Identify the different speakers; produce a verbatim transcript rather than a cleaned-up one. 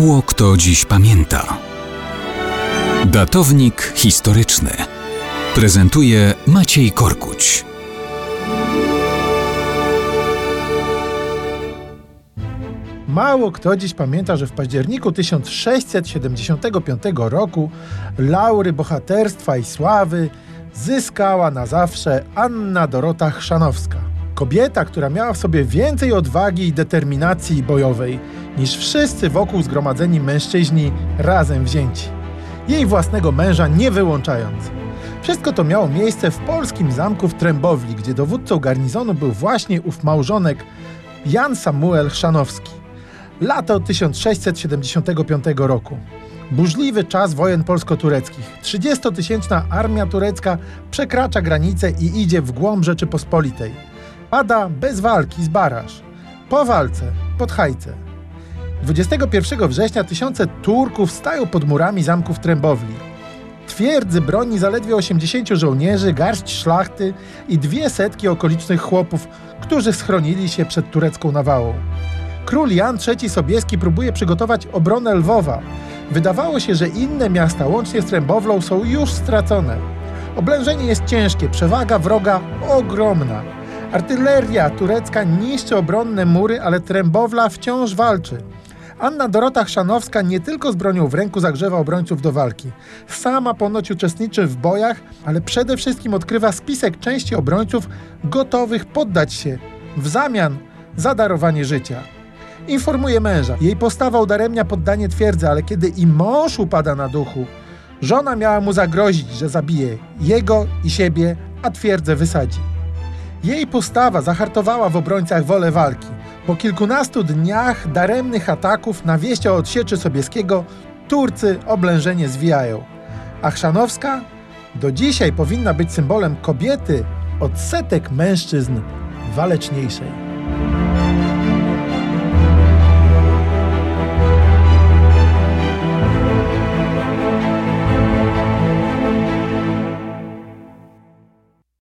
Speaker 1: Mało kto dziś pamięta. Datownik historyczny prezentuje Maciej Korkuć.
Speaker 2: Mało kto dziś pamięta, że w październiku tysiąc sześćset siedemdziesiątego piątego roku laury bohaterstwa i sławy zyskała na zawsze Anna Dorota Chrzanowska. Kobieta, która miała w sobie więcej odwagi i determinacji bojowej niż wszyscy wokół zgromadzeni mężczyźni razem wzięci. Jej własnego męża nie wyłączając. Wszystko to miało miejsce w polskim zamku w Trębowli, gdzie dowódcą garnizonu był właśnie ów małżonek Jan Samuel Chrzanowski. Lato tysiąc sześćset siedemdziesiątego piątego roku. Burzliwy czas wojen polsko-tureckich. trzydziestotysięczna armia turecka przekracza granicę i idzie w głąb Rzeczypospolitej. Pada bez walki z Baraż. Po walce pod Hajce. dwudziestego pierwszego września tysiące Turków stają pod murami zamku w Trębowli. Twierdzy broni zaledwie osiemdziesięciu żołnierzy, garść szlachty i dwie setki okolicznych chłopów, którzy schronili się przed turecką nawałą. Król Jan trzeci Sobieski próbuje przygotować obronę Lwowa. Wydawało się, że inne miasta, łącznie z Trębowlą, są już stracone. Oblężenie jest ciężkie, przewaga wroga ogromna. Artyleria turecka niszczy obronne mury, ale Trębowla wciąż walczy. Anna Dorota Chrzanowska nie tylko z bronią w ręku zagrzewa obrońców do walki. Sama ponoć uczestniczy w bojach, ale przede wszystkim odkrywa spisek części obrońców gotowych poddać się w zamian za darowanie życia. Informuje męża. Jej postawa udaremnia poddanie twierdzy, ale kiedy i mąż upada na duchu, żona miała mu zagrozić, że zabije jego i siebie, a twierdzę wysadzi. Jej postawa zahartowała w obrońcach wolę walki. Po kilkunastu dniach daremnych ataków na wieść o odsieczy Sobieskiego Turcy oblężenie zwijają. A Chrzanowska do dzisiaj powinna być symbolem kobiety od setek mężczyzn waleczniejszej.